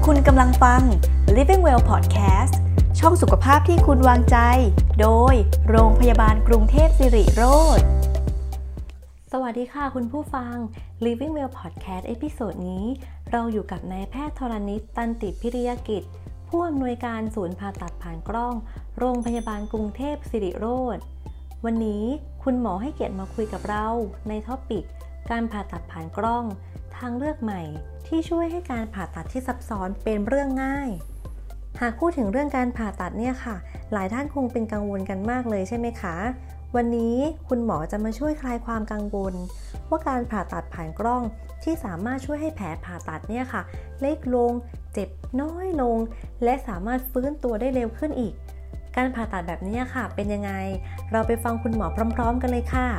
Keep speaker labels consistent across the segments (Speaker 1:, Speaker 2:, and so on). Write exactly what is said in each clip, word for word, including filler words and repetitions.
Speaker 1: คุณกำลังฟัง Living Well Podcast ช่องสุขภาพที่คุณวางใจ โดยโรงพยาบาลกรุงเทพสิริโรจน์สวัสดีค่ะคุณผู้ฟัง Living Well Podcast เอพิโซดนี้เราอยู่กับนายแพทย์ธรณิต ตันติพิริยกิจผู้อำนวยการศูนย์ผ่าตัดผ่านกล้องโรงพยาบาลกรุงเทพสิริโรจน์วันนี้คุณหมอให้เกียรติมาคุยกับเราในท็อปิกการผ่าตัดผ่านกล้องทางเลือกใหม่ที่ช่วยให้การผ่าตัดที่ซับซ้อนเป็นเรื่องง่ายหากพูดถึงเรื่องการผ่าตัดเนี่ยค่ะหลายท่านคงเป็นกังวลกันมากเลยใช่ไหมคะวันนี้คุณหมอจะมาช่วยคลายความกังวลว่าการผ่าตัดผ่านกล้องที่สามารถช่วยให้แผลผ่าตัดเนี่ยค่ะเล็กลงเจ็บน้อยลงและสามารถฟื้นตัวได้เร็วขึ้นอีกการผ่าตัดแบบนี้ค่ะเป็นยังไงเราไปฟังคุณหมอพร้อมๆกันเลยค่ะ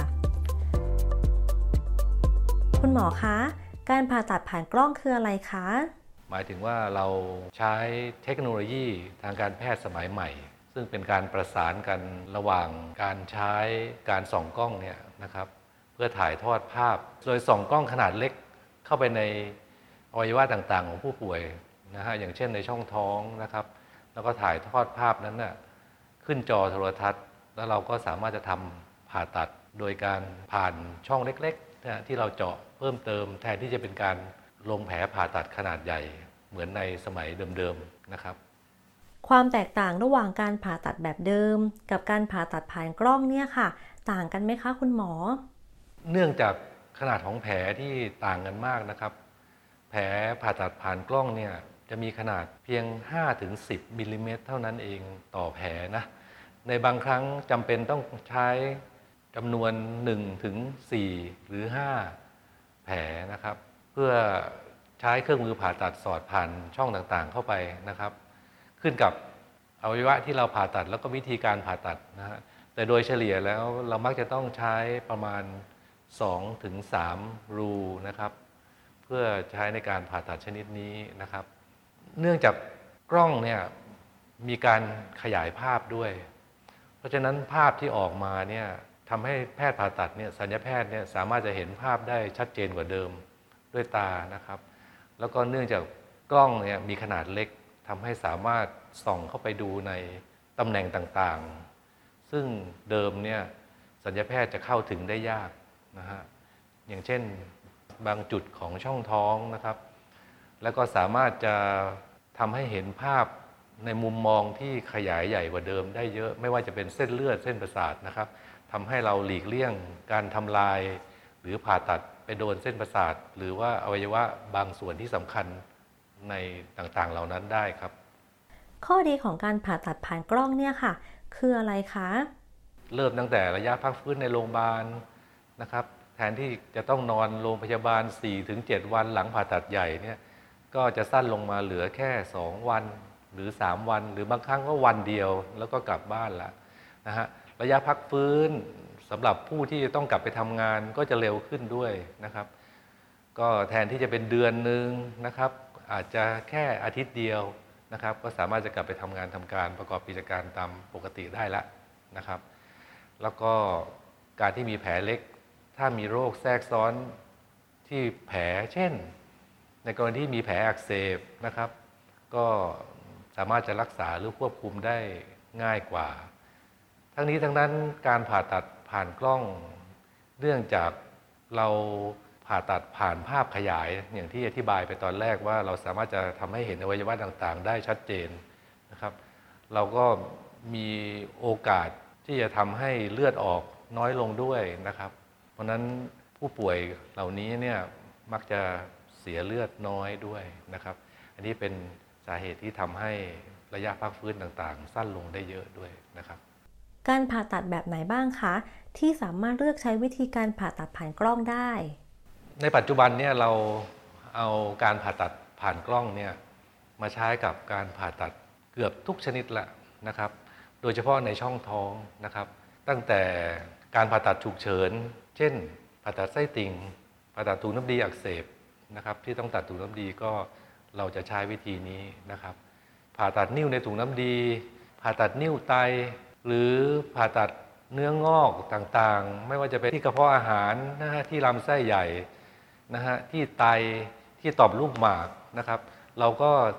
Speaker 1: คุณหมอคะการผ่าตัดผ่านกล้องคืออะไรคะ
Speaker 2: หมายถึงว่าเราใช้เทคโนโลยีทางการแพทย์สมัยใหม่ซึ่งเป็นการประสานกันระหว่างการใช้การส่องกล้องเนี่ยนะครับเพื่อถ่ายทอดภาพโดยส่องกล้องขนาดเล็กเข้าไปในอวัยวะต่างๆของผู้ป่วยนะฮะอย่างเช่นในช่องท้องนะครับแล้วก็ถ่ายทอดภาพนั้นน่ะขึ้นจอโทรทัศน์แล้วเราก็สามารถจะทำผ่าตัดโดยการผ่านช่องเล็กๆนะที่เราเจาะเพิ่มเติมแทนที่จะเป็นการลงแผลผ่าตัดขนาดใหญ่เหมือนในสมัยเดิมๆนะครับ
Speaker 1: ความแตกต่างระหว่างการผ่าตัดแบบเดิมกับการผ่าตัดผ่านกล้องเนี่ยค่ะต่างกันไหมคะคุณหมอ
Speaker 2: เนื่องจากขนาดของแผลที่ต่างกันมากนะครับแผลผ่าตัดผ่านกล้องเนี่ยจะมีขนาดเพียง ห้าถึงสิบ มิลลิเมตรเท่านั้นเองต่อแผลนะในบางครั้งจำเป็นต้องใช้จำนวน หนึ่งถึงสี่ หรือ ห้า แผลนะครับเพื่อใช้เครื่องมือผ่าตัดสอดผ่านช่องต่างๆเข้าไปนะครับขึ้นกับอวัยวะที่เราผ่าตัดแล้วก็วิธีการผ่าตัดนะฮะแต่โดยเฉลี่ยแล้วเรามักจะต้องใช้ประมาณ สองถึงสาม รูนะครับเพื่อใช้ในการผ่าตัดชนิดนี้นะครับเนื่องจากกล้องเนี่ยมีการขยายภาพด้วยเพราะฉะนั้นภาพที่ออกมาเนี่ยทำให้แพทย์ผ่าตัดเนี่ยศัลยแพทย์เนี่ยสามารถจะเห็นภาพได้ชัดเจนกว่าเดิมด้วยตานะครับแล้วก็เนื่องจากกล้องเนี่ยมีขนาดเล็กทำให้สามารถส่องเข้าไปดูในตำแหน่งต่างๆซึ่งเดิมเนี่ยศัลยแพทย์จะเข้าถึงได้ยากนะฮะอย่างเช่นบางจุดของช่องท้องนะครับแล้วก็สามารถจะทำให้เห็นภาพในมุมมองที่ขยายใหญ่กว่าเดิมได้เยอะไม่ว่าจะเป็นเส้นเลือดเส้นประสาทนะครับทำให้เราหลีกเลี่ยงการทำลายหรือผ่าตัดไปโดนเส้นประสาทหรือว่าอวัยวะบางส่วนที่สำคัญในต่างๆเหล่านั้นได้ครับ
Speaker 1: ข้อดีของการผ่าตัดผ่านกล้องเนี่ยค่ะคืออะไรคะ
Speaker 2: เริ่มตั้งแต่ระยะพักฟื้นในโรงพยาบาลนะครับแทนที่จะต้องนอนโรงพยาบาล สี่ถึงเจ็ด วันหลังผ่าตัดใหญ่เนี่ยก็จะสั้นลงมาเหลือแค่สองวันหรือสามวันหรือบางครั้งก็วันเดียวแล้วก็กลับบ้านละนะฮะระยะพักฟื้นสำหรับผู้ที่ต้องกลับไปทำงานก็จะเร็วขึ้นด้วยนะครับก็แทนที่จะเป็นเดือนนึงนะครับอาจจะแค่อาทิตย์เดียวนะครับก็สามารถจะกลับไปทำงานทำการประกอบกิจการตามปกติได้แล้วนะครับแล้วก็การที่มีแผลเล็กถ้ามีโรคแทรกซ้อนที่แผลเช่นในกรณีที่มีแผลอักเสบนะครับก็สามารถจะรักษาหรือควบคุมได้ง่ายกว่าทั้งนี้ทั้งนั้นการผ่าตัดผ่านกล้องเนื่องจากเราผ่าตัดผ่านภาพขยายอย่างที่อธิบายไปตอนแรกว่าเราสามารถจะทำให้เห็นอวัยวะต่างๆได้ชัดเจนนะครับเราก็มีโอกาสที่จะทำให้เลือดออกน้อยลงด้วยนะครับเพราะนั้นผู้ป่วยเหล่านี้เนี่ยมักจะเสียเลือดน้อยด้วยนะครับอันนี้เป็นสาเหตุที่ทำให้ระยะพักฟื้นต่างๆสั้นลงได้เยอะด้วยนะครับ
Speaker 1: การผ่าตัดแบบไหนบ้างคะที่สามารถเลือกใช้วิธีการผ่าตัดผ่านกล้องได้
Speaker 2: ในปัจจุบันเนี่ยเราเอาการผ่าตัดผ่านกล้องเนี่ยมาใช้กับการผ่าตัดเกือบทุกชนิดละนะครับโดยเฉพาะในช่องท้องนะครับตั้งแต่การผ่าตัดฉุกเฉินเช่นผ่าตัดไส้ติ่งผ่าตัดถุงน้ำดีอักเสบนะครับที่ต้องตัดถุงน้ำดีก็เราจะใช้วิธีนี้นะครับผ่าตัดนิ่วในถุงน้ำดีผ่าตัดนิ่วไตหรือผ่าตัดเนื้องอกต่างๆไม่ว่าจะเป็นที่กระเพาะอาหารนะฮะที่ลำไส้ใหญ่นะฮะที่ไตที่ต่อมลูกหมากนะครับเราก็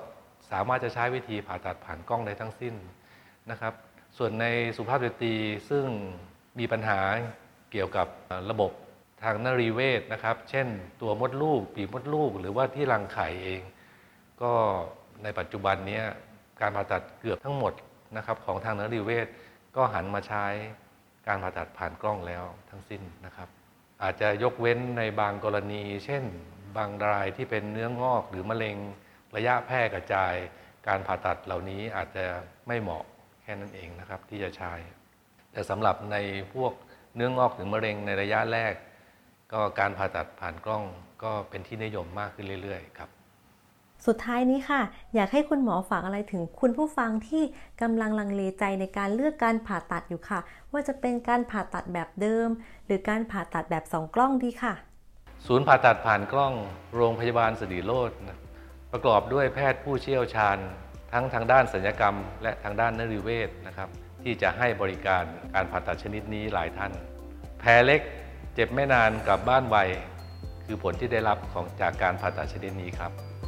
Speaker 2: สามารถจะใช้วิธีผ่าตัดผ่านกล้องได้ทั้งสิ้นนะครับส่วนในสุภาพสตรีซึ่งมีปัญหาเกี่ยวกับระบบทางนรีเวชนะครับเช่นตัวมดลูกปีกมดลูกหรือว่าที่รังไข่เองก็ในปัจจุบันนี้การผ่าตัดเกือบทั้งหมดนะครับของทางนรีเวชก็หันมาใช้การผ่าตัดผ่านกล้องแล้วทั้งสิ้นนะครับอาจจะยกเว้นในบางกรณีเช่นบางรายที่เป็นเนื้องอกหรือมะเร็งระยะแพร่กระจายการผ่าตัดเหล่านี้อาจจะไม่เหมาะแค่นั้นเองนะครับที่จะใช้แต่สำหรับในพวกเนื้องอกหรือมะเร็งในระยะแรกก็การผ่าตัดผ่านกล้องก็เป็นที่นิยมมากขึ้นเรื่อยๆครับ
Speaker 1: สุดท้ายนี้ค่ะอยากให้คุณหมอฝากอะไรถึงคุณผู้ฟังที่กำลังลังเลใจในการเลือกการผ่าตัดอยู่ค่ะว่าจะเป็นการผ่าตัดแบบเดิมหรือการผ่าตัดแบบสองกล้องดีค่ะ
Speaker 2: ศูนย์ผ่าตัดผ่านกล้องโรงพยาบาลสิริโรจน์ประกอบด้วยแพทย์ผู้เชี่ยวชาญทั้งทางด้านศัลยกรรมและทางด้านนรีเวชนะครับที่จะให้บริการการผ่าตัดชนิดนี้หลายท่านแผลเล็กเจ็บไม่นานกลับบ้านไวคือผลที่ได้รับของจากการผ่าตัดชนิดนี้ครับ